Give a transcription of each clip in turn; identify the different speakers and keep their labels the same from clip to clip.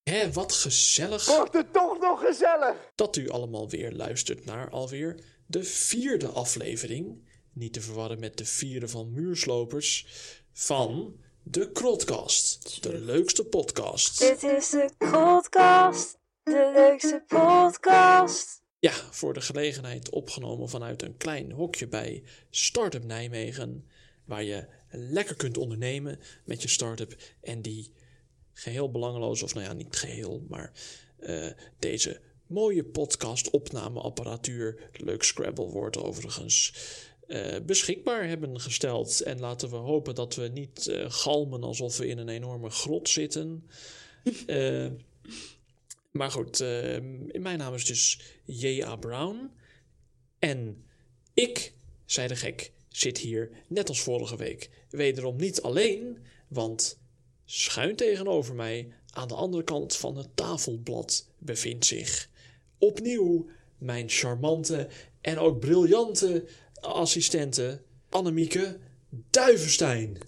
Speaker 1: Hé, wat gezellig.
Speaker 2: Wordt het toch nog gezellig?
Speaker 1: Dat u allemaal weer luistert naar alweer de 4e aflevering. Niet te verwarren met de 4e van Muurslopers. Van de Krotcast. De leukste podcast.
Speaker 3: Dit is de Krotcast. De leukste podcast.
Speaker 1: Ja, voor de gelegenheid opgenomen vanuit een klein hokje bij Startup Nijmegen. Waar je lekker kunt ondernemen met je start-up en die geheel belangeloos, of nou ja, niet geheel, maar deze mooie podcast opnameapparatuur, leuk Scrabblewoord overigens, beschikbaar hebben gesteld. En laten we hopen dat we niet galmen alsof we in een enorme grot zitten. Maar goed, mijn naam is dus J.A. Brown. En ik, zei de gek, zit hier net als vorige week wederom niet alleen, want schuin tegenover mij aan de andere kant van het tafelblad bevindt zich opnieuw mijn charmante en ook briljante assistente Annemieke Duivenstein.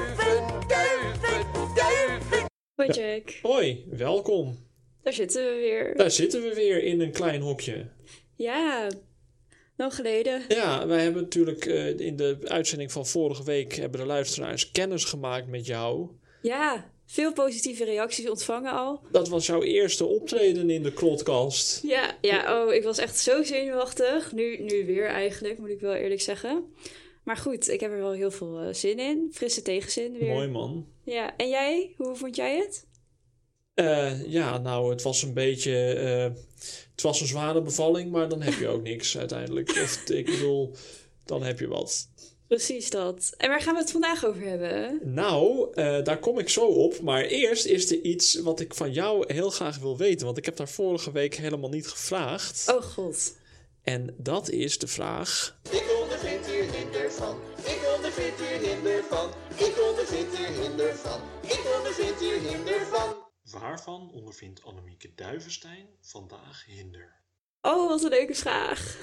Speaker 3: Hoi Jack,
Speaker 1: Hoi, welkom.
Speaker 3: daar zitten we weer.
Speaker 1: Daar zitten we weer in een klein hokje.
Speaker 3: Ja, lang geleden.
Speaker 1: Ja, wij hebben natuurlijk in de uitzending van vorige week hebben de luisteraars kennis gemaakt met jou.
Speaker 3: Ja, veel positieve reacties ontvangen al.
Speaker 1: Dat was jouw eerste optreden in de Krotcast.
Speaker 3: Ja, ik was echt zo zenuwachtig. Nu weer eigenlijk, moet ik wel eerlijk zeggen. Maar goed, ik heb er wel heel veel zin in. Frisse tegenzin weer.
Speaker 1: Mooi man.
Speaker 3: Ja, en jij? Hoe vond jij het?
Speaker 1: Ja, nou, het was een beetje... het was een zware bevalling, maar dan heb je ook niks uiteindelijk. Of, ik bedoel, dan heb je wat.
Speaker 3: Precies dat. En waar gaan we het vandaag over hebben?
Speaker 1: Nou, daar kom ik zo op. Maar eerst is er iets wat ik van jou heel graag wil weten. Want ik heb daar vorige week helemaal niet gevraagd.
Speaker 3: Oh god.
Speaker 1: En dat is de vraag...
Speaker 2: Ik ondervind hier hinder van. Ik ondervind hier hinder van. Ik ondervind hier hinder van. Ik ondervind hier hinder van.
Speaker 1: Waarvan ondervindt Annemieke Duivenstein vandaag hinder?
Speaker 3: Oh, wat een leuke vraag.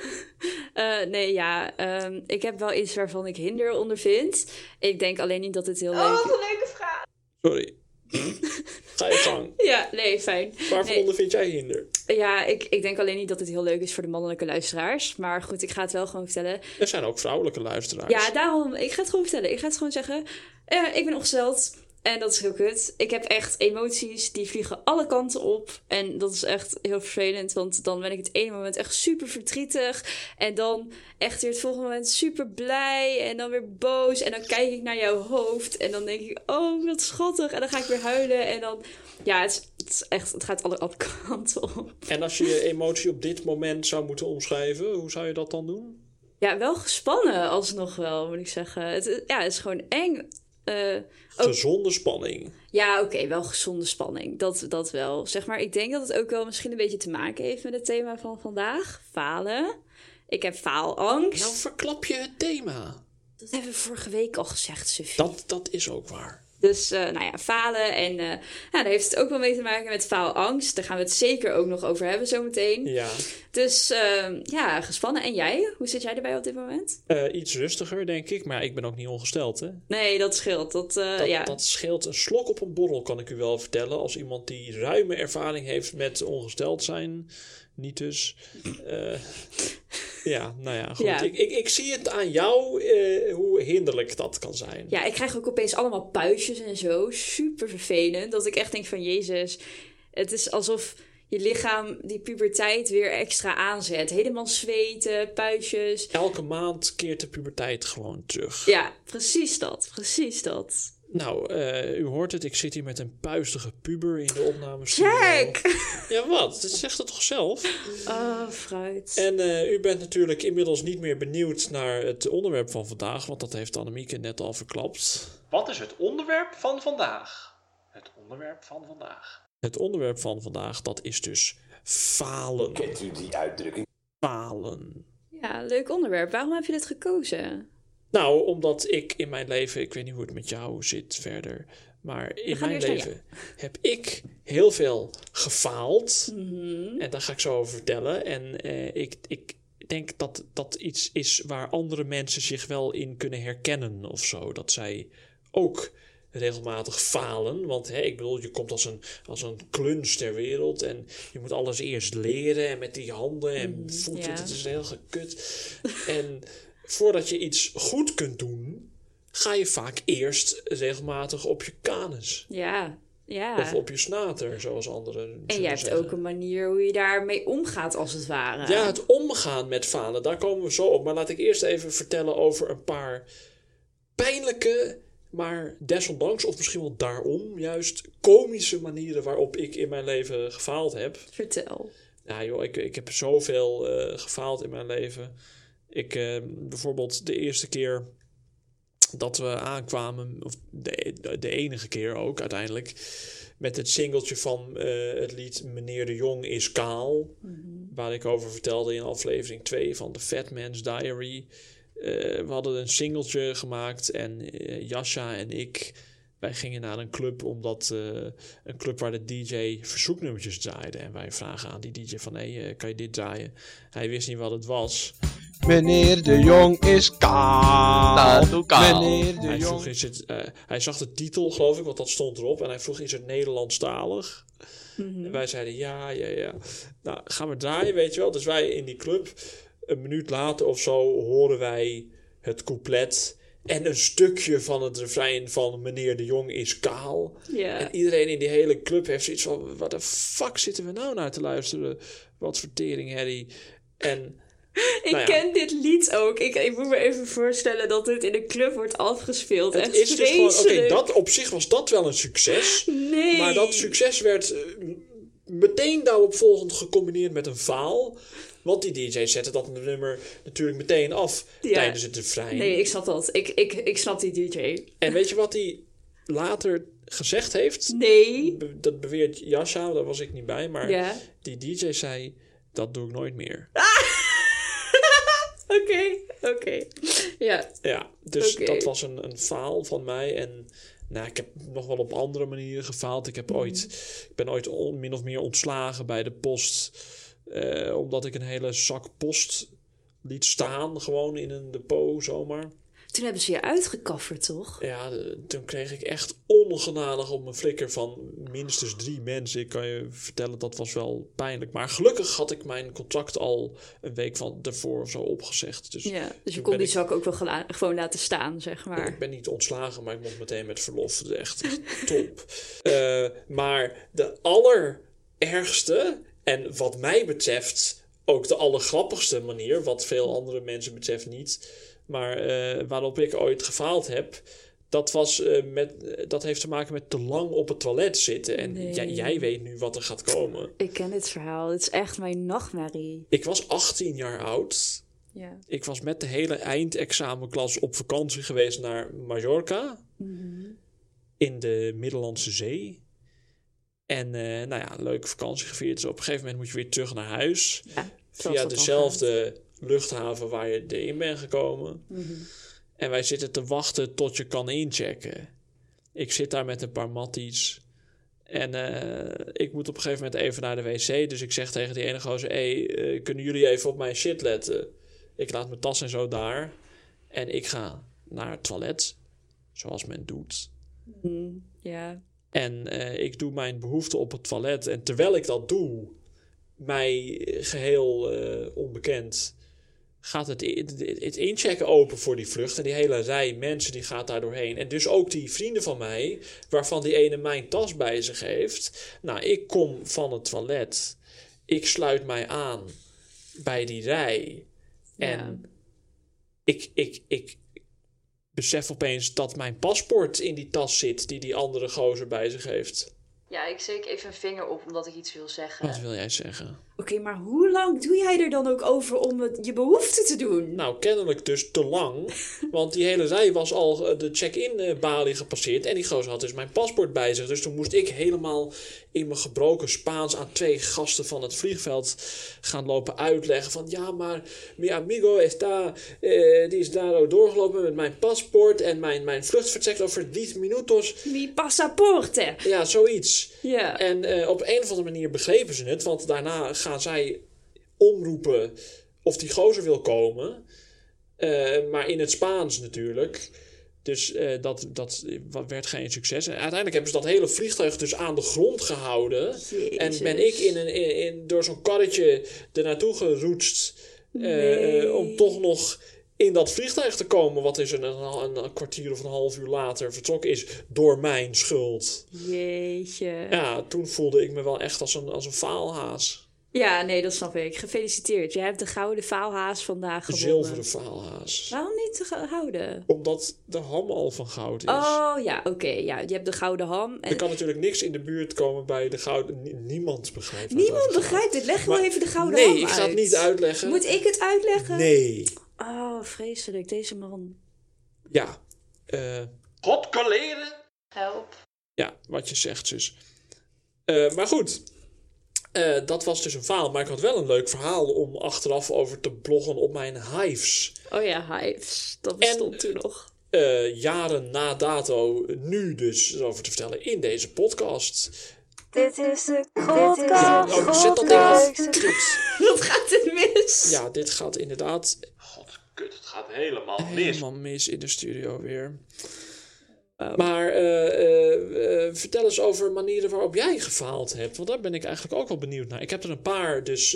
Speaker 3: Ik heb wel iets waarvan ik hinder ondervind. Ik denk alleen niet dat het heel leuk is.
Speaker 2: een leuke vraag.
Speaker 1: Sorry. Ga je gang.
Speaker 3: Ja, nee, fijn.
Speaker 1: Waarvan ondervind jij hinder?
Speaker 3: Ja, ik denk alleen niet dat het heel leuk is voor de mannelijke luisteraars. Maar goed, ik ga het wel gewoon vertellen.
Speaker 1: Er zijn ook vrouwelijke luisteraars.
Speaker 3: Ja, daarom. Ik ga het gewoon vertellen. Ik ga het gewoon zeggen. Ik ben ongesteld. En dat is heel kut. Ik heb echt emoties die vliegen alle kanten op. En dat is echt heel vervelend. Want dan ben ik het ene moment echt super verdrietig. En dan echt weer het volgende moment super blij. En dan weer boos. En dan kijk ik naar jouw hoofd. En dan denk ik, oh, wat schattig. En dan ga ik weer huilen. En dan, ja, het is echt, het gaat alle kanten op.
Speaker 1: En als je je emotie op dit moment zou moeten omschrijven, hoe zou je dat dan doen?
Speaker 3: Ja, wel gespannen alsnog wel, moet ik zeggen. Het is gewoon eng.
Speaker 1: Gezonde spanning.
Speaker 3: Ja, oké, wel gezonde spanning. Dat wel. Zeg maar, ik denk dat het ook wel misschien een beetje te maken heeft met het thema van vandaag. Falen. Ik heb faalangst.
Speaker 1: Nou verklap je het thema.
Speaker 3: Dat hebben we vorige week al gezegd, Sufie.
Speaker 1: Dat is ook waar.
Speaker 3: Dus, falen. En daar heeft het ook wel mee te maken met faalangst. Daar gaan we het zeker ook nog over hebben zometeen.
Speaker 1: Ja.
Speaker 3: Dus, gespannen. En jij? Hoe zit jij erbij op dit moment?
Speaker 1: Iets rustiger, denk ik. Maar ik ben ook niet ongesteld, hè?
Speaker 3: Nee, dat scheelt.
Speaker 1: Dat scheelt een slok op een borrel, kan ik u wel vertellen. Als iemand die ruime ervaring heeft met ongesteld zijn. Niet dus. Ja, nou ja, goed.
Speaker 3: Ja.
Speaker 1: Ik zie het aan jou hoe hinderlijk dat kan zijn.
Speaker 3: Ja, ik krijg ook opeens allemaal puistjes en zo. Super vervelend. Dat ik echt denk van, Jezus, het is alsof je lichaam die puberteit weer extra aanzet. Helemaal zweten, puistjes.
Speaker 1: Elke maand keert de puberteit gewoon terug.
Speaker 3: Ja, precies dat.
Speaker 1: Nou, u hoort het, ik zit hier met een puistige puber in de opnamestudio.
Speaker 3: Jack!
Speaker 1: Ja, wat? Dat zegt het toch zelf?
Speaker 3: Oh, fruit.
Speaker 1: En u bent natuurlijk inmiddels niet meer benieuwd naar het onderwerp van vandaag, want dat heeft Annemieke net al verklapt. Wat is het onderwerp van vandaag? Het onderwerp van vandaag. Het onderwerp van vandaag, dat is dus falen.
Speaker 2: Kent u die uitdrukking?
Speaker 1: Falen.
Speaker 3: Ja, leuk onderwerp. Waarom heb je dit gekozen?
Speaker 1: Nou, omdat ik in mijn leven, ik weet niet hoe het met jou zit verder, maar in
Speaker 3: gaan
Speaker 1: mijn
Speaker 3: eerst naar
Speaker 1: leven heb ik heel veel gefaald.
Speaker 3: Mhm.
Speaker 1: En daar ga ik zo over vertellen. En ik denk dat dat iets is waar andere mensen zich wel in kunnen herkennen of zo. Dat zij ook regelmatig falen. Want ik bedoel, je komt als een kluns ter wereld. En je moet alles eerst leren. En met die handen en voeten.
Speaker 3: Ja.
Speaker 1: Het is heel gekut. En voordat je iets goed kunt doen, ga je vaak eerst regelmatig op je kanus.
Speaker 3: Ja.
Speaker 1: Of op je snater, zoals anderen
Speaker 3: En je hebt
Speaker 1: zeggen.
Speaker 3: ook een manier hoe je daarmee omgaat, als het ware.
Speaker 1: Ja, het omgaan met falen, daar komen we zo op. Maar laat ik eerst even vertellen over een paar pijnlijke, maar desondanks, of misschien wel daarom, juist komische manieren waarop ik in mijn leven gefaald heb.
Speaker 3: Vertel.
Speaker 1: Ja joh, ik heb zoveel gefaald in mijn leven. Bijvoorbeeld de eerste keer dat we aankwamen, of de enige keer ook uiteindelijk, met het singeltje van het lied Meneer de Jong is kaal. Waar ik over vertelde in aflevering 2 van The Fat Man's Diary. We hadden een singeltje gemaakt en Jascha en ik, wij gingen naar een club, een club waar de DJ verzoeknummertjes draaide. En wij vragen aan die DJ van, kan je dit draaien? Hij wist niet wat het was.
Speaker 4: Meneer de Jong is kaal.
Speaker 5: Nou, kaal.
Speaker 4: Meneer de
Speaker 1: Hij
Speaker 4: Jong...
Speaker 1: vroeg, hij zag de titel, geloof ik, want dat stond erop. En hij vroeg, is het Nederlandstalig? En wij zeiden, ja. Nou, gaan we draaien, weet je wel. Dus wij in die club, een minuut later of zo, horen wij het couplet en een stukje van het refrein van Meneer de Jong is kaal.
Speaker 3: Ja.
Speaker 1: En iedereen in die hele club heeft zoiets van, wat de fuck zitten we nou naar te luisteren? Wat vertering, Harry. En
Speaker 3: Ik ken dit lied ook. Ik moet me even voorstellen dat dit in een club wordt afgespeeld.
Speaker 1: het
Speaker 3: Echt
Speaker 1: is dus gewoon,
Speaker 3: vreselijk.
Speaker 1: op zich was dat wel een succes.
Speaker 3: Nee.
Speaker 1: Maar dat succes werd meteen daarop volgend gecombineerd met een faal. Want die DJ zette dat nummer natuurlijk meteen af tijdens het refrein.
Speaker 3: Nee, ik snap dat. Ik snap die DJ.
Speaker 1: En weet je wat hij later gezegd heeft?
Speaker 3: Nee.
Speaker 1: Dat beweert Jascha, daar was ik niet bij. Maar
Speaker 3: Ja.
Speaker 1: die DJ zei, dat doe ik nooit meer.
Speaker 3: Oké. Ja.
Speaker 1: Ja, dus
Speaker 3: Oké.
Speaker 1: dat was een faal van mij. En nou, ik heb nog wel op andere manieren gefaald. Ik ben ooit min of meer ontslagen bij de post. Omdat ik een hele zak post liet staan. Gewoon in een depot zomaar.
Speaker 3: Toen hebben ze je uitgekafferd, toch?
Speaker 1: Ja, toen kreeg ik echt ongenadig op mijn flikker van minstens 3 mensen. Ik kan je vertellen, dat was wel pijnlijk. Maar gelukkig had ik mijn contract al een week van ervoor of zo opgezegd. Dus
Speaker 3: Ja, dus je
Speaker 1: toen
Speaker 3: kon
Speaker 1: ben
Speaker 3: die
Speaker 1: ik-
Speaker 3: zak ook wel gewoon laten staan, zeg maar.
Speaker 1: Ik ben niet ontslagen, maar ik mocht meteen met verlof. Dat is echt top. Maar de allerergste, en wat mij betreft ook de allergrappigste manier, wat veel andere mensen betreft niet, maar waarop ik ooit gefaald heb, dat heeft te maken met te lang op het toilet zitten. En
Speaker 3: Nee.
Speaker 1: jij weet nu wat er gaat komen.
Speaker 3: Ik ken dit verhaal. Het is echt mijn nachtmerrie.
Speaker 1: Ik was 18 jaar oud.
Speaker 3: Ja.
Speaker 1: Ik was met de hele eindexamenklas op vakantie geweest naar Mallorca. In de Middellandse Zee. En nou ja, een leuke vakantie gevierd. Dus op een gegeven moment moet je weer terug naar huis.
Speaker 3: Ja, zoals
Speaker 1: Via
Speaker 3: dat dan
Speaker 1: dezelfde luchthaven waar je erin bent gekomen. En wij zitten te wachten tot je kan inchecken. Ik zit daar met een paar matties. En ik moet op een gegeven moment even naar de wc. Dus ik zeg tegen die ene gozer, kunnen jullie even op mijn shit letten? Ik laat mijn tas en zo daar. En ik ga naar het toilet. Zoals men doet.
Speaker 3: Ja.
Speaker 1: En ik doe mijn behoefte op het toilet. En terwijl ik dat doe, mij geheel onbekend, gaat het inchecken open voor die vlucht. En die hele rij mensen die gaat daar doorheen. En dus ook die vrienden van mij, waarvan die ene mijn tas bij zich heeft. Nou, ik kom van het toilet. Ik sluit mij aan bij die rij. En ik besef opeens dat mijn paspoort in die tas zit die andere gozer bij zich heeft.
Speaker 3: Ja, ik steek even een vinger op omdat ik iets wil zeggen.
Speaker 1: Wat wil jij zeggen?
Speaker 3: Oké, maar hoe lang doe jij er dan ook over om je behoefte te doen?
Speaker 1: Nou, kennelijk dus te lang. Want die hele rij was al de check-in balie gepasseerd. En die gozer had dus mijn paspoort bij zich. Dus toen moest ik helemaal in mijn gebroken Spaans aan 2 gasten van het vliegveld gaan lopen uitleggen. Van ja, maar mi amigo die is daar ook doorgelopen met mijn paspoort. En mijn vluchtvertrek over 10 minutos.
Speaker 3: Mi passaporte.
Speaker 1: Ja, zoiets.
Speaker 3: Ja.
Speaker 1: En op een of andere manier begrepen ze het. Want daarna gaan zij omroepen of die gozer wil komen. Maar in het Spaans natuurlijk. Dus dat werd geen succes. En uiteindelijk hebben ze dat hele vliegtuig dus aan de grond gehouden.
Speaker 3: Jezus.
Speaker 1: En ben ik door zo'n karretje er naartoe geroetst. Om toch nog in dat vliegtuig te komen. Wat is een kwartier of een half uur later vertrokken is. Door mijn schuld.
Speaker 3: Jeetje.
Speaker 1: Ja, toen voelde ik me wel echt als een faalhaas.
Speaker 3: Ja, nee, dat snap ik. Gefeliciteerd. Jij hebt de gouden faalhaas vandaag
Speaker 1: Een
Speaker 3: gewonnen.
Speaker 1: zilveren faalhaas.
Speaker 3: Waarom niet de gouden?
Speaker 1: Omdat de ham al van goud is.
Speaker 3: Oh, ja, oké. Ja, je hebt de gouden ham. En
Speaker 1: Er kan natuurlijk niks in de buurt komen bij de gouden... Niemand begrijpt het.
Speaker 3: niemand begrijpt het. Leg wel even de gouden ham
Speaker 1: Nee,
Speaker 3: uit.
Speaker 1: ik ga het niet uitleggen.
Speaker 3: Moet ik het uitleggen?
Speaker 1: Nee.
Speaker 3: Oh, vreselijk. Deze man.
Speaker 1: Ja.
Speaker 2: God coleren.
Speaker 3: Help.
Speaker 1: Ja, wat je zegt, zus. Maar goed. Dat was dus een faal. Maar ik had wel een leuk verhaal om achteraf over te bloggen op mijn Hives.
Speaker 3: Oh ja, Hives. Dat bestond toen nog.
Speaker 1: Jaren na dato nu dus over te vertellen in deze podcast.
Speaker 5: Dit is de podcast.
Speaker 1: Zet dat ding af. Kut.
Speaker 3: Wat gaat dit mis?
Speaker 1: Ja, dit gaat inderdaad
Speaker 2: Kut, het gaat helemaal mis.
Speaker 1: helemaal mis in de studio weer. Maar vertel eens over manieren waarop jij gefaald hebt. Want daar ben ik eigenlijk ook wel benieuwd naar. Ik heb er een paar dus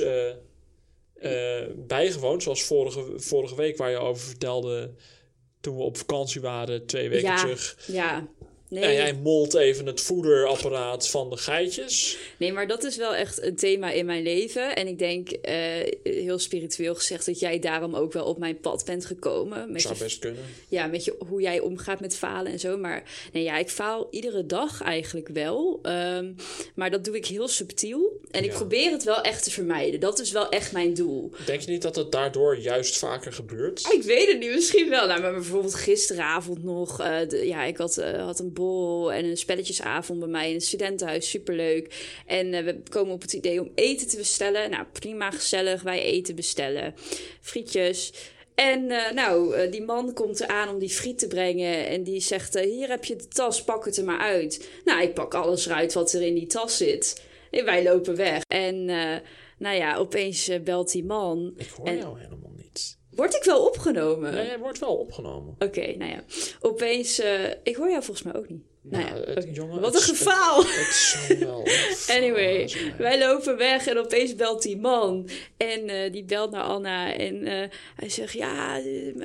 Speaker 1: bijgewoond. Zoals vorige week waar je over vertelde toen we op vakantie waren 2 weken terug.
Speaker 3: Ja. Nee.
Speaker 1: En jij molt even het voederapparaat van de geitjes.
Speaker 3: Nee, maar dat is wel echt een thema in mijn leven. En ik denk, heel spiritueel gezegd, dat jij daarom ook wel op mijn pad bent gekomen. Met
Speaker 1: Zou best kunnen.
Speaker 3: Ja, met hoe jij omgaat met falen en zo. Maar nee, ja, ik faal iedere dag eigenlijk wel. Maar dat doe ik heel subtiel. En ik probeer het wel echt te vermijden. Dat is wel echt mijn doel.
Speaker 1: Denk je niet dat het daardoor juist vaker gebeurt?
Speaker 3: Ik weet het niet, misschien wel. Nou, maar bijvoorbeeld gisteravond nog. Ik had een borrel en een spelletjesavond bij mij in het studentenhuis. Superleuk. En we komen op het idee om eten te bestellen. Nou, prima, gezellig. Wij eten bestellen. Frietjes. En die man komt eraan om die friet te brengen. En die zegt, hier heb je de tas, pak het er maar uit. Nou, ik pak alles eruit wat er in die tas zit. En wij lopen weg. En opeens belt die man.
Speaker 1: Ik hoor jou helemaal niet.
Speaker 3: Word ik wel opgenomen?
Speaker 1: Nee, hij wordt wel opgenomen.
Speaker 3: Oké, nou ja. Opeens, ik hoor jou volgens mij ook niet.
Speaker 1: Jongen,
Speaker 3: wat een gefaal.
Speaker 1: Het zou wel een gefaal
Speaker 3: Anyway,
Speaker 1: zijn.
Speaker 3: wij lopen weg en opeens belt die man. En die belt naar Anna. En hij zegt, ja...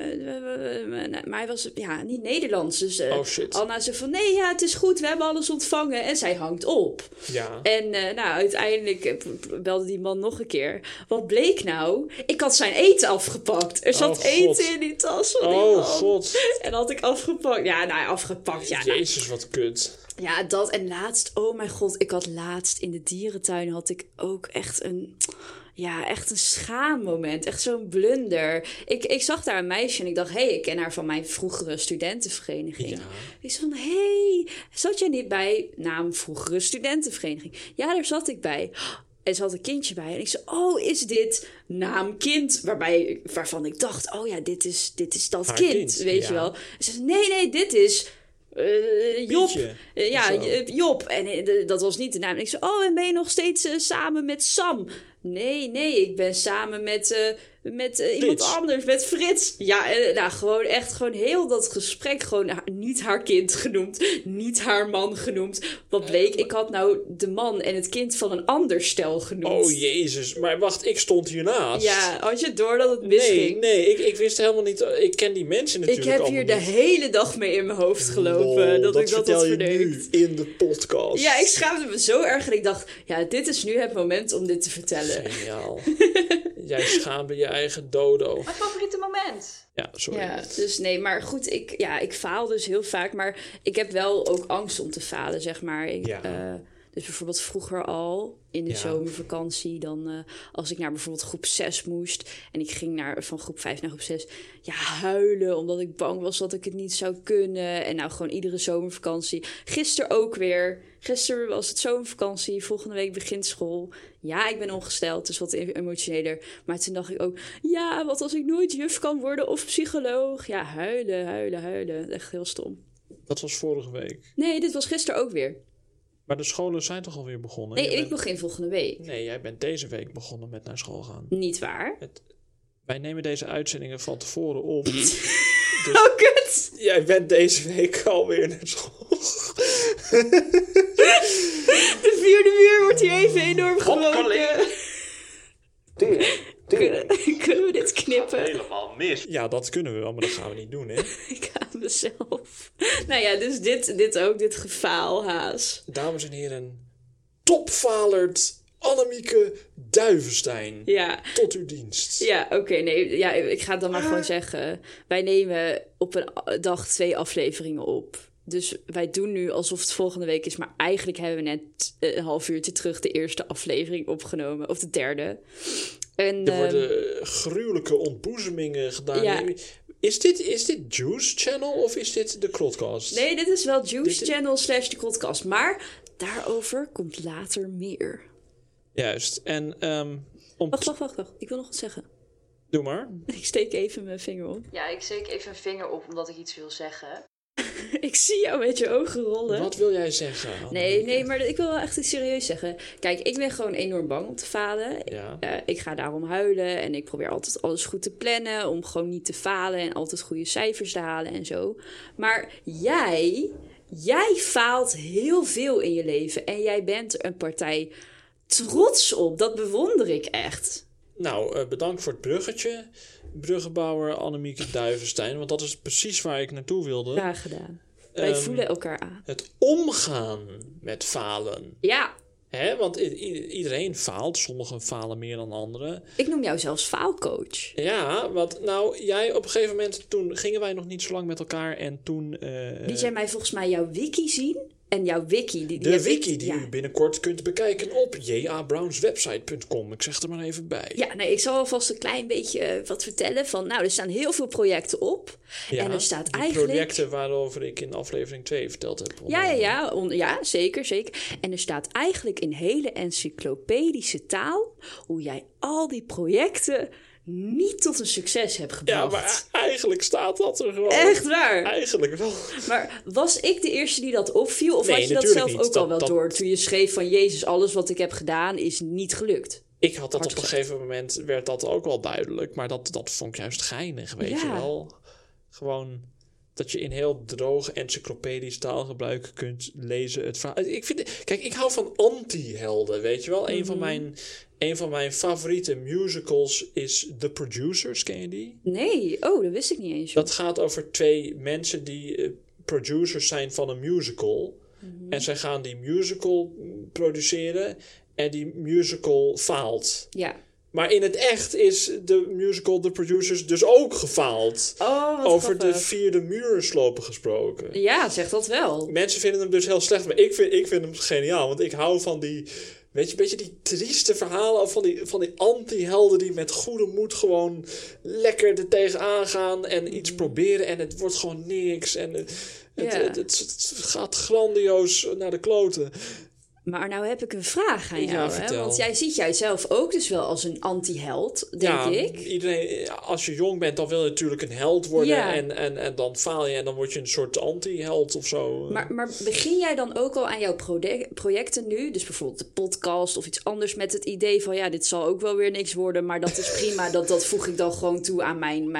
Speaker 3: maar hij was niet Nederlands. Dus
Speaker 1: shit.
Speaker 3: Anna zegt van, nee, ja, het is goed. We hebben alles ontvangen. En zij hangt op.
Speaker 1: Ja.
Speaker 3: En uiteindelijk belde die man nog een keer. Wat bleek nou? Ik had zijn eten afgepakt. Er zat eten in die tas van die man.
Speaker 1: God.
Speaker 3: En had ik afgepakt. Ja, afgepakt. Ja,
Speaker 1: Jezus, wat kut.
Speaker 3: Ja, dat. En laatst, oh mijn god, ik had laatst in de dierentuin had ik ook echt een schaammoment. Echt zo'n blunder. Ik zag daar een meisje en ik dacht, ik ken haar van mijn vroegere studentenvereniging.
Speaker 1: Ja.
Speaker 3: Ik zei van, hey, zat jij niet bij naam vroegere studentenvereniging? Ja, daar zat ik bij. En ze had een kindje bij. En ik zei, is dit naam kind? Waarvan ik dacht, dit is dat
Speaker 1: haar
Speaker 3: kind, weet je wel. En ze zei, nee, dit is... Job. Job. En dat was niet de naam. En ik zei, en ben je nog steeds samen met Sam? Nee, ik ben samen met iemand anders, met Frits. Ja, gewoon heel dat gesprek, gewoon niet haar kind genoemd, niet haar man genoemd. Wat bleek, ik had nou de man en het kind van een ander stel genoemd.
Speaker 1: Oh jezus, maar wacht, ik stond hiernaast.
Speaker 3: Ja, had je door dat het misging?
Speaker 1: Nee, ik wist helemaal niet, ik ken die mensen natuurlijk
Speaker 3: Ik heb hier de hele dag mee in mijn hoofd gelopen, dat ik dat had verneukt.
Speaker 1: Nu in de podcast.
Speaker 3: Ja, ik schaamde me zo erg en ik dacht, dit is nu het moment om dit te vertellen.
Speaker 1: Geniaal. Jij schaamde je eigen dodo.
Speaker 5: Mijn favoriete moment.
Speaker 1: Ja, sorry.
Speaker 3: Ja, dus nee, maar goed, ik faal dus heel vaak, maar ik heb wel ook angst om te falen, zeg maar. Dus bijvoorbeeld vroeger al, in de zomervakantie, dan als ik naar bijvoorbeeld groep 6 moest en ik ging van groep 5 naar groep 6, huilen omdat ik bang was dat ik het niet zou kunnen. En nou gewoon iedere zomervakantie. Gisteren ook weer. Gisteren was het zomervakantie, volgende week begint school. Ja, ik ben ongesteld, dus wat emotioneler. Maar toen dacht ik ook, wat als ik nooit juf kan worden of psycholoog? Ja, huilen. Echt heel stom.
Speaker 1: Dat was vorige week.
Speaker 3: Nee, dit was gisteren ook weer.
Speaker 1: Maar de scholen zijn toch alweer begonnen?
Speaker 3: Nee, ik begin volgende week.
Speaker 1: Nee, jij bent deze week begonnen met naar school gaan.
Speaker 3: Niet waar?
Speaker 1: Wij nemen deze uitzendingen van tevoren op. Dus
Speaker 3: Oh, kut!
Speaker 1: jij bent deze week alweer naar school.
Speaker 3: De vierde muur wordt hier even enorm gebroken. Kunnen we dit knippen?
Speaker 2: Helemaal mis.
Speaker 1: Ja, dat kunnen we wel, maar dat gaan we niet doen, hè?
Speaker 3: Ik haat mezelf. Nou ja, dus dit gefaal, Haas.
Speaker 1: Dames en heren, topfalert Annemieke Duivenstein.
Speaker 3: Ja.
Speaker 1: Tot uw dienst.
Speaker 3: Ja, oké, nee. Ja, ik ga het dan maar gewoon zeggen. Wij nemen op een dag 2 afleveringen op. Dus wij doen nu alsof het volgende week is. Maar eigenlijk hebben we net een half uurtje terug de eerste aflevering opgenomen. Of de derde. En,
Speaker 1: Er worden gruwelijke ontboezemingen gedaan.
Speaker 3: Ja.
Speaker 1: Is dit Juice Channel of is dit de Krotcast?
Speaker 3: Nee, dit is wel Juice Channel / de podcast. Maar daarover komt later meer.
Speaker 1: Juist. En
Speaker 3: Wacht. Ik wil nog wat zeggen.
Speaker 1: Doe maar.
Speaker 3: Ik steek even mijn vinger op.
Speaker 5: Ja, ik steek even een vinger op omdat ik iets wil zeggen.
Speaker 3: Ik zie jou met je ogen rollen.
Speaker 1: Wat wil jij zeggen?
Speaker 3: Nee, maar ik wil wel echt iets serieus zeggen. Kijk, ik ben gewoon enorm bang om te falen.
Speaker 1: Ja.
Speaker 3: Ik ga daarom huilen en ik probeer altijd alles goed te plannen... om gewoon niet te falen en altijd goede cijfers te halen en zo. Maar jij faalt heel veel in je leven... en jij bent er een partij trots op. Dat bewonder ik echt.
Speaker 1: Nou, bedankt voor het bruggetje. Bruggenbouwer Annemieke Duivenstein. Want dat is precies waar ik naartoe wilde.
Speaker 3: Graag gedaan. Wij voelen elkaar aan.
Speaker 1: Het omgaan met falen.
Speaker 3: Ja,
Speaker 1: Hè? Want iedereen faalt. Sommigen falen meer dan anderen.
Speaker 3: ik noem jou zelfs faalcoach.
Speaker 1: Ja, want nou, jij op een gegeven moment... Toen gingen wij nog niet zo lang met elkaar. En toen...
Speaker 3: Liet jij mij volgens mij jouw wiki zien? En jouw wiki... Die
Speaker 1: de
Speaker 3: heb ik-
Speaker 1: wiki die
Speaker 3: ja.
Speaker 1: u binnenkort kunt bekijken op jabrownswebsite.com. Ik zeg er maar even bij.
Speaker 3: Ja, nee, ik zal alvast een klein beetje wat vertellen. Van, nou, er staan heel veel projecten op.
Speaker 1: Ja,
Speaker 3: en er staat
Speaker 1: die
Speaker 3: eigenlijk...
Speaker 1: projecten waarover ik in aflevering 2 verteld heb.
Speaker 3: Ja, zeker. En er staat eigenlijk in hele encyclopedische taal... hoe jij al die projecten niet tot een succes hebt gebracht.
Speaker 1: Ja, maar eigenlijk staat dat er gewoon.
Speaker 3: Echt waar?
Speaker 1: Eigenlijk wel.
Speaker 3: Maar was ik de eerste die dat opviel? Of
Speaker 1: Nee,
Speaker 3: had je dat
Speaker 1: natuurlijk
Speaker 3: zelf
Speaker 1: niet.
Speaker 3: ook al wel
Speaker 1: Dat-
Speaker 3: door toen je schreef van... Jezus, alles wat ik heb gedaan is niet gelukt.
Speaker 1: Ik had dat
Speaker 3: Hard
Speaker 1: op een
Speaker 3: gezegd.
Speaker 1: gegeven moment, werd dat ook wel duidelijk. Maar dat vond ik juist geinig, weet
Speaker 3: Ja.
Speaker 1: je wel. Gewoon dat je in heel droog encyclopedisch taalgebruik kunt lezen. Het verhaal. Kijk, ik hou van anti-helden, weet je wel. Een van mijn favoriete musicals is The Producers, ken je die?
Speaker 3: Nee, dat wist ik niet eens.
Speaker 1: Dat gaat over 2 mensen die producers zijn van een musical. En zij gaan die musical produceren en die musical faalt.
Speaker 3: Ja.
Speaker 1: Maar in het echt is de musical The Producers dus ook gefaald.
Speaker 3: Oh, wat
Speaker 1: Over de
Speaker 3: grappig.
Speaker 1: 4e muur slopen gesproken.
Speaker 3: Ja, zeg dat wel.
Speaker 1: Mensen vinden hem dus heel slecht, maar ik vind hem geniaal. Want ik hou van die, weet je, een beetje die trieste verhalen van die anti-helden die met goede moed gewoon lekker er tegenaan gaan en iets proberen en het wordt gewoon niks. En het gaat grandioos naar de kloten.
Speaker 3: Maar nou heb ik een vraag aan
Speaker 1: Ja,
Speaker 3: jou. Hè?
Speaker 1: vertel.
Speaker 3: Want jij ziet jijzelf ook dus wel als een anti-held, denk ik.
Speaker 1: Iedereen, als je jong bent, dan wil je natuurlijk een held worden.
Speaker 3: Ja.
Speaker 1: En dan faal je en dan word je een soort anti-held of zo.
Speaker 3: Maar begin jij dan ook al aan jouw projecten nu? Dus bijvoorbeeld de podcast of iets anders met het idee van... ja, dit zal ook wel weer niks worden, maar dat is prima. Dat voeg ik dan gewoon toe aan mijn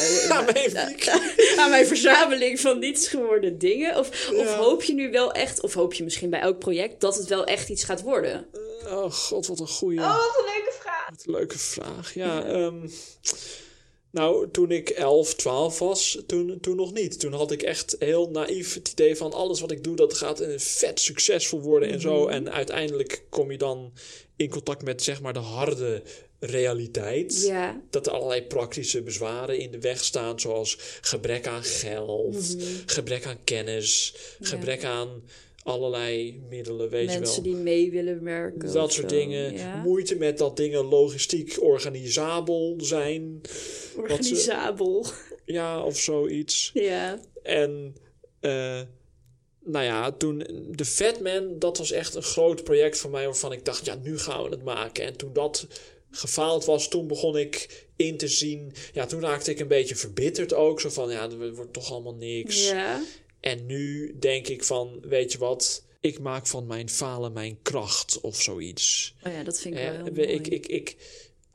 Speaker 3: aan mijn verzameling van niets geworden dingen. Of hoop je nu wel echt, of hoop je misschien bij elk project... dat het wel echt iets gaat worden?
Speaker 1: Oh god, wat een goeie...
Speaker 5: Oh, wat een leuke vraag.
Speaker 1: Wat een leuke vraag. Ja, nou, toen ik 11, 12 was, toen nog niet. Toen had ik echt heel naïef het idee van... alles wat ik doe, dat gaat vet succesvol worden en zo. En uiteindelijk kom je dan in contact met, zeg maar, de harde realiteit.
Speaker 3: Ja.
Speaker 1: Dat er allerlei praktische bezwaren in de weg staan... zoals gebrek aan geld, gebrek aan kennis... gebrek aan allerlei middelen, weet je wel.
Speaker 3: Mensen die mee willen werken.
Speaker 1: Dat
Speaker 3: of
Speaker 1: soort
Speaker 3: zo.
Speaker 1: dingen.
Speaker 3: Ja.
Speaker 1: Moeite met dat dingen logistiek organisabel zijn.
Speaker 3: Organisabel.
Speaker 1: Ja, of zoiets.
Speaker 3: Ja.
Speaker 1: En nou ja, toen de Fatman, dat was echt een groot project voor mij... waarvan ik dacht, ja, nu gaan we het maken. En toen dat gefaald was, toen begon ik in te zien... Ja, toen raakte ik een beetje verbitterd ook. Zo van, ja, er wordt toch allemaal niks.
Speaker 3: Ja.
Speaker 1: En nu denk ik van, weet je wat... Ik maak van mijn falen mijn kracht of zoiets.
Speaker 3: Oh ja, dat vind ik wel heel
Speaker 1: Hè,
Speaker 3: mooi.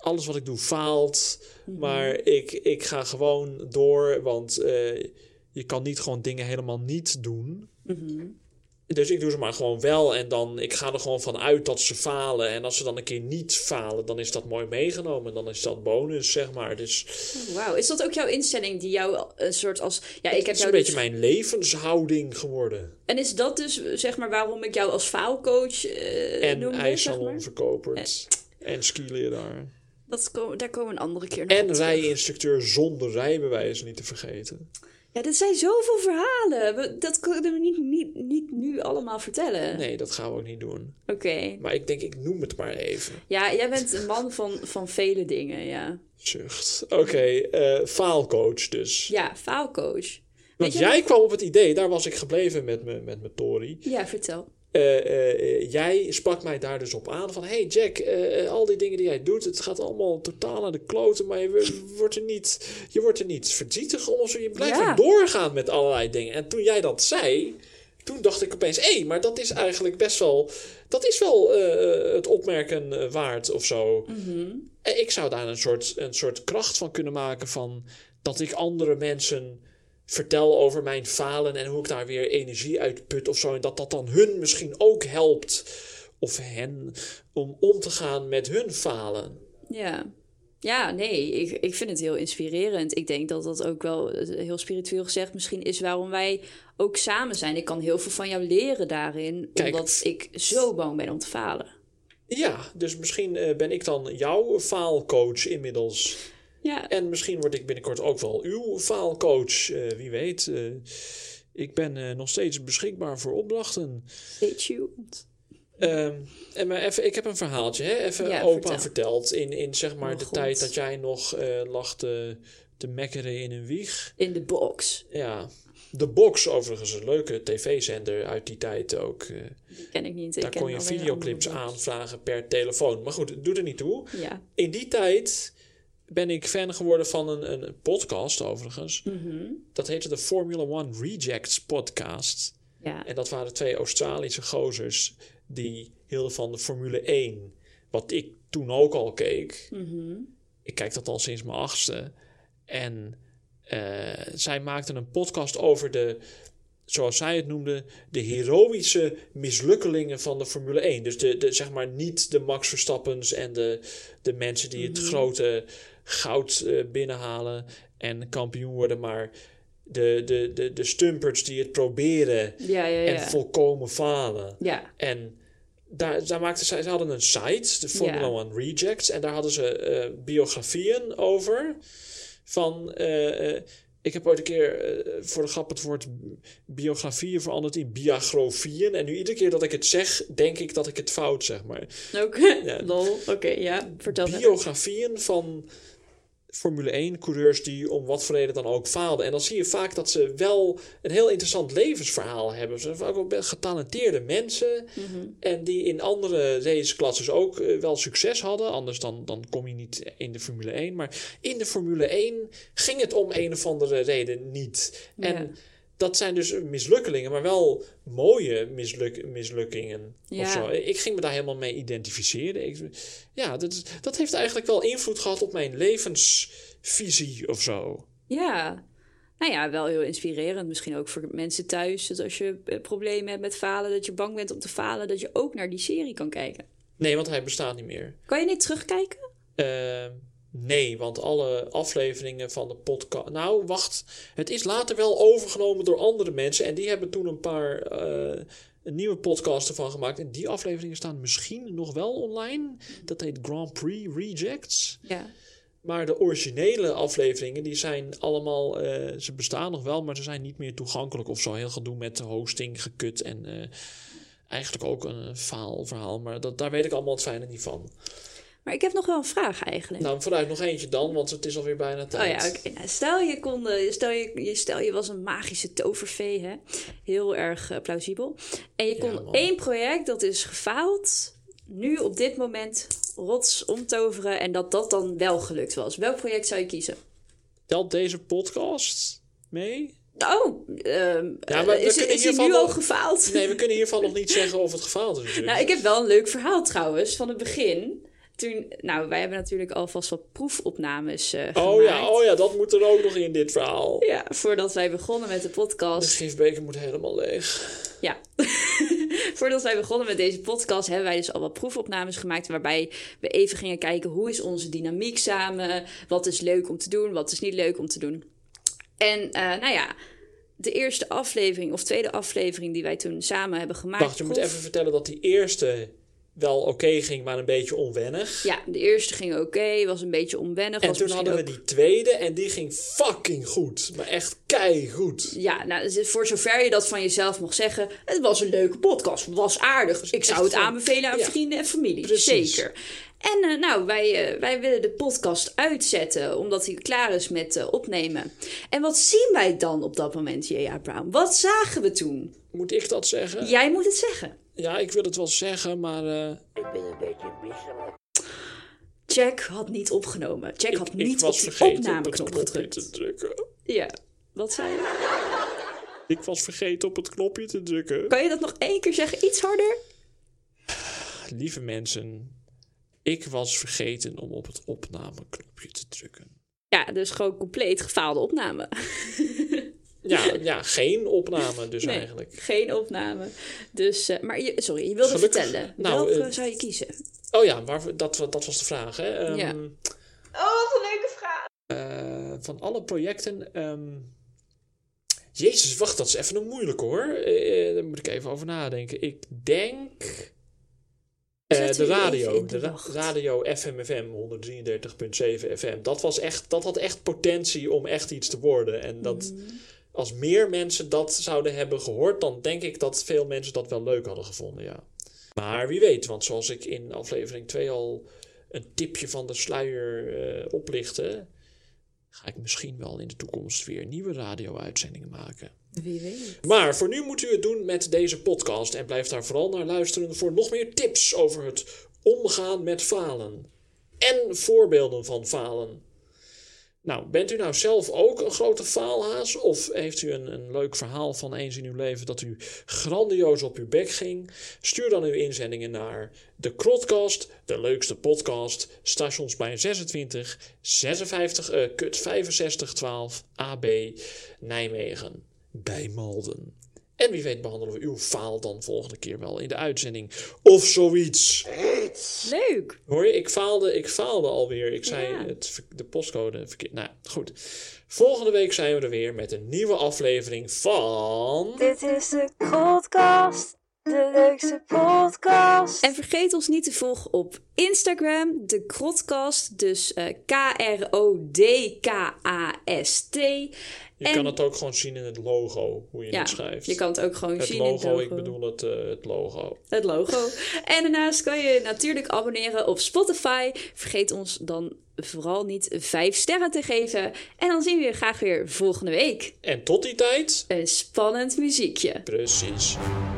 Speaker 1: alles wat ik doe faalt. Maar ik ga gewoon door, want je kan niet gewoon dingen helemaal niet doen. Dus ik doe ze maar gewoon wel en dan ik ga er gewoon van uit dat ze falen. En als ze dan een keer niet falen, dan is dat mooi meegenomen. Dan is dat bonus, zeg maar. Dus
Speaker 3: Wauw, is dat ook jouw instelling die jou een soort als... Ja, ik heb
Speaker 1: het is
Speaker 3: jou
Speaker 1: een
Speaker 3: dus...
Speaker 1: beetje mijn levenshouding geworden.
Speaker 3: En is dat dus, zeg maar, waarom ik jou als faalcoach
Speaker 1: En
Speaker 3: noemde,
Speaker 1: ijssalonverkoper. En skileraar.
Speaker 3: Daar komen we een andere keer nog op
Speaker 1: En
Speaker 3: terug.
Speaker 1: rijinstructeur zonder rijbewijs, niet te vergeten.
Speaker 3: Ja, dit zijn zoveel verhalen. Dat kunnen we niet nu allemaal vertellen.
Speaker 1: Nee, dat gaan we ook niet doen.
Speaker 3: Oké.
Speaker 1: Maar ik denk, ik noem het maar even.
Speaker 3: Ja, jij bent een man van vele dingen, ja.
Speaker 1: Zucht. Oké, faalcoach dus.
Speaker 3: Ja, faalcoach.
Speaker 1: Want
Speaker 3: je
Speaker 1: jij
Speaker 3: nog-
Speaker 1: kwam op het idee, daar was ik gebleven met mijn Tori.
Speaker 3: Ja, vertel.
Speaker 1: Jij sprak mij daar dus op aan van... Hey Jack, al die dingen die jij doet, het gaat allemaal totaal naar de kloten... maar je wordt er niet verdrietig om of zo. Je blijft
Speaker 3: Ja.
Speaker 1: maar doorgaan met allerlei dingen. En toen jij dat zei, toen dacht ik opeens... maar dat is eigenlijk best wel... dat is wel het opmerken waard of zo. En ik zou daar een soort kracht van kunnen maken van... dat ik andere mensen... vertel over mijn falen en hoe ik daar weer energie uit put of zo. En dat dan hun misschien ook helpt, of hen, om te gaan met hun falen.
Speaker 3: Ja. Ja, nee, ik vind het heel inspirerend. Ik denk dat dat ook wel heel spiritueel gezegd misschien is waarom wij ook samen zijn. Ik kan heel veel van jou leren daarin,
Speaker 1: Kijk,
Speaker 3: omdat ik zo bang ben om te falen.
Speaker 1: Ja, dus misschien ben ik dan jouw faalcoach inmiddels.
Speaker 3: Ja,
Speaker 1: En misschien word ik binnenkort ook wel uw faalcoach. Wie weet. Ik ben nog steeds beschikbaar voor opdrachten.
Speaker 3: stay tuned.
Speaker 1: Maar even, ik heb een verhaaltje, hè? Even
Speaker 3: Ja,
Speaker 1: open
Speaker 3: vertel.
Speaker 1: verteld. In zeg maar
Speaker 3: Oh,
Speaker 1: de
Speaker 3: God.
Speaker 1: tijd dat jij nog lag te mekkeren in een wieg.
Speaker 3: In de box.
Speaker 1: Ja, de Box overigens, een leuke tv-zender uit die tijd ook.
Speaker 3: Die ken ik niet. Ik
Speaker 1: Daar
Speaker 3: ken
Speaker 1: kon je
Speaker 3: alleen
Speaker 1: videoclips
Speaker 3: andere box.
Speaker 1: aanvragen per telefoon. Maar goed, het doet er niet toe.
Speaker 3: Ja.
Speaker 1: In die tijd ben ik fan geworden van een podcast overigens. Dat heette de Formula One Rejects podcast.
Speaker 3: Ja.
Speaker 1: En dat waren 2 Australische gozers die hielden van de Formule 1. Wat ik toen ook al keek. Ik kijk dat al sinds mijn 8e. En zij maakten een podcast over de, zoals zij het noemden, de heroïsche mislukkelingen van de Formule 1. Dus de zeg maar niet de Max Verstappens en de mensen die het grote goud binnenhalen en kampioen worden, maar de stumperts die het proberen
Speaker 3: Ja.
Speaker 1: en volkomen falen.
Speaker 3: Ja.
Speaker 1: En daar maakten ze hadden een site, de Formula
Speaker 3: Ja.
Speaker 1: One Rejects, en daar hadden ze biografieën over. Van, ik heb ooit een keer voor de grap het woord biografieën veranderd in biografieën. En nu iedere keer dat ik het zeg, denk ik dat ik het fout zeg. Maar
Speaker 3: Oké.
Speaker 1: Ja.
Speaker 3: Lol. Oké, ja. Vertel verder.
Speaker 1: biografieën van Formule 1 coureurs die om wat voor reden dan ook faalden. En dan zie je vaak dat ze wel een heel interessant levensverhaal hebben. Ze zijn vaak ook best getalenteerde mensen. En die in andere raceklasses ook wel succes hadden. Anders dan kom je niet in de Formule 1. Maar in de Formule 1 ging het om een of andere reden niet.
Speaker 3: Ja.
Speaker 1: En dat zijn dus mislukkelingen, maar wel mooie mislukkingen.
Speaker 3: Ja.
Speaker 1: Of zo. Ik ging me daar helemaal mee identificeren. Dat heeft eigenlijk wel invloed gehad op mijn levensvisie of zo.
Speaker 3: Ja. Nou ja, wel heel inspirerend. Misschien ook voor mensen thuis. Dat als je problemen hebt met falen, dat je bang bent om te falen, dat je ook naar die serie kan kijken.
Speaker 1: Nee, want hij bestaat niet meer.
Speaker 3: Kan je niet terugkijken?
Speaker 1: Nee, want alle afleveringen van de podcast... Nou, wacht. Het is later wel overgenomen door andere mensen. En die hebben toen een nieuwe podcast ervan gemaakt. En die afleveringen staan misschien nog wel online. Dat heet Grand Prix Rejects.
Speaker 3: Ja.
Speaker 1: Maar de originele afleveringen, die zijn allemaal... ze bestaan nog wel, maar ze zijn niet meer toegankelijk of zo. Heel gedoe met de hosting gekut en... eigenlijk ook een faalverhaal. Maar daar weet ik allemaal het fijne niet van.
Speaker 3: Maar ik heb nog wel een vraag eigenlijk.
Speaker 1: Nou, vooruit nog eentje dan, want het is alweer bijna tijd.
Speaker 3: Oh ja, oké. Nou, stel je was een magische tovervee, hè? Heel erg plausibel. En je kon
Speaker 1: man.
Speaker 3: 1 project, dat is gefaald, nu op dit moment rots omtoveren en dat dan wel gelukt was. Welk project zou je kiezen?
Speaker 1: Telt deze podcast mee?
Speaker 3: Oh,
Speaker 1: Ja, maar
Speaker 3: is hij nu al gefaald?
Speaker 1: Nee, we kunnen hiervan nog niet zeggen of het gefaald is natuurlijk.
Speaker 3: Nou, ik heb wel een leuk verhaal trouwens van het begin. wij hebben natuurlijk alvast wat proefopnames gemaakt.
Speaker 1: Oh ja, dat moet er ook nog in dit verhaal.
Speaker 3: Ja, voordat wij begonnen met de
Speaker 1: De
Speaker 3: podcast.
Speaker 1: gifbeker moet helemaal leeg.
Speaker 3: Ja, voordat wij begonnen met deze podcast hebben wij dus al wat proefopnames gemaakt. Waarbij we even gingen kijken hoe is onze dynamiek samen. Wat is leuk om te doen, wat is niet leuk om te doen. En de eerste aflevering of tweede aflevering die wij toen samen hebben gemaakt.
Speaker 1: Wacht, je moet even vertellen dat die eerste wel oké ging, maar een beetje onwennig.
Speaker 3: Ja, de eerste ging oké, was een beetje onwennig.
Speaker 1: En
Speaker 3: was
Speaker 1: toen
Speaker 3: misschien
Speaker 1: hadden we
Speaker 3: ook...
Speaker 1: die tweede en die ging fucking goed. Maar echt keigoed.
Speaker 3: Ja, nou, voor zover je dat van jezelf mag zeggen, het was een leuke podcast, het was aardig. Ik zou het
Speaker 1: gewoon-
Speaker 3: aanbevelen aan
Speaker 1: ja,
Speaker 3: vrienden en familie,
Speaker 1: precies.
Speaker 3: zeker. En wij willen de podcast uitzetten, omdat hij klaar is met opnemen. En wat zien wij dan op dat moment, J.A. Brown? Wat zagen we toen?
Speaker 1: Moet ik dat zeggen?
Speaker 3: Jij moet het zeggen.
Speaker 1: Ja, ik wil het wel zeggen, maar...
Speaker 3: Jack had niet opgenomen. Jack had
Speaker 1: ik
Speaker 3: niet
Speaker 1: was
Speaker 3: op die
Speaker 1: vergeten op
Speaker 3: opnameknop
Speaker 1: het knopje
Speaker 3: gedrukt.
Speaker 1: te drukken.
Speaker 3: Ja, wat zei je?
Speaker 1: Ik was vergeten op het knopje te drukken.
Speaker 3: Kan je dat nog één keer zeggen? Iets harder?
Speaker 1: Lieve mensen, ik was vergeten om op het opnameknopje te drukken.
Speaker 3: Ja, dus gewoon compleet gefaalde opname.
Speaker 1: Ja, geen opname dus
Speaker 3: Nee,
Speaker 1: eigenlijk.
Speaker 3: geen opname. Dus, maar je wilde
Speaker 1: Gelukkig.
Speaker 3: vertellen.
Speaker 1: Nou,
Speaker 3: Welke zou je kiezen?
Speaker 1: Oh ja, dat was de vraag, hè.
Speaker 3: Ja.
Speaker 5: Oh, wat een leuke vraag.
Speaker 1: Van alle projecten... Jezus, wacht, dat is even een moeilijke hoor. Daar moet ik even over nadenken. Ik denk...
Speaker 3: Zet
Speaker 1: de
Speaker 3: u
Speaker 1: radio.
Speaker 3: even in de
Speaker 1: De
Speaker 3: wacht.
Speaker 1: radio FMFM 133.7 FM. Dat had echt potentie om echt iets te worden. En dat... Als meer mensen dat zouden hebben gehoord, dan denk ik dat veel mensen dat wel leuk hadden gevonden, ja. Maar wie weet, want zoals ik in aflevering 2 al een tipje van de sluier oplichtte, ga ik misschien wel in de toekomst weer nieuwe radio-uitzendingen maken.
Speaker 3: Wie weet.
Speaker 1: Maar voor nu moet u het doen met deze podcast en blijf daar vooral naar luisteren voor nog meer tips over het omgaan met falen. En voorbeelden van falen. Nou, bent u nou zelf ook een grote faalhaas? Of heeft u een leuk verhaal van eens in uw leven dat u grandioos op uw bek ging? Stuur dan uw inzendingen naar de Krotcast, de leukste podcast, stationsplein 26, 65 12 AB, Nijmegen, bij Malden. En wie weet behandelen we uw faal dan volgende keer wel in de uitzending. Of zoiets.
Speaker 3: Leuk.
Speaker 1: Hoor je, ik faalde alweer. Ik zei
Speaker 3: Ja.
Speaker 1: de postcode verkeerd. Nou, goed. Volgende week zijn we er weer met een nieuwe aflevering van...
Speaker 6: Dit is de Krotcast, de leukste podcast.
Speaker 3: En vergeet ons niet te volgen op Instagram, de Krotcast, dus KRODKAST.
Speaker 1: Je kan het ook gewoon zien in het logo, hoe je het schrijft.
Speaker 3: je kan het ook gewoon
Speaker 1: het
Speaker 3: zien
Speaker 1: logo,
Speaker 3: in het
Speaker 1: ik bedoel het logo.
Speaker 3: Het logo. En daarnaast kan je natuurlijk abonneren op Spotify. Vergeet ons dan vooral niet 5 sterren te geven. En dan zien we je graag weer volgende week.
Speaker 1: En tot die tijd...
Speaker 3: Een spannend muziekje.
Speaker 1: Precies.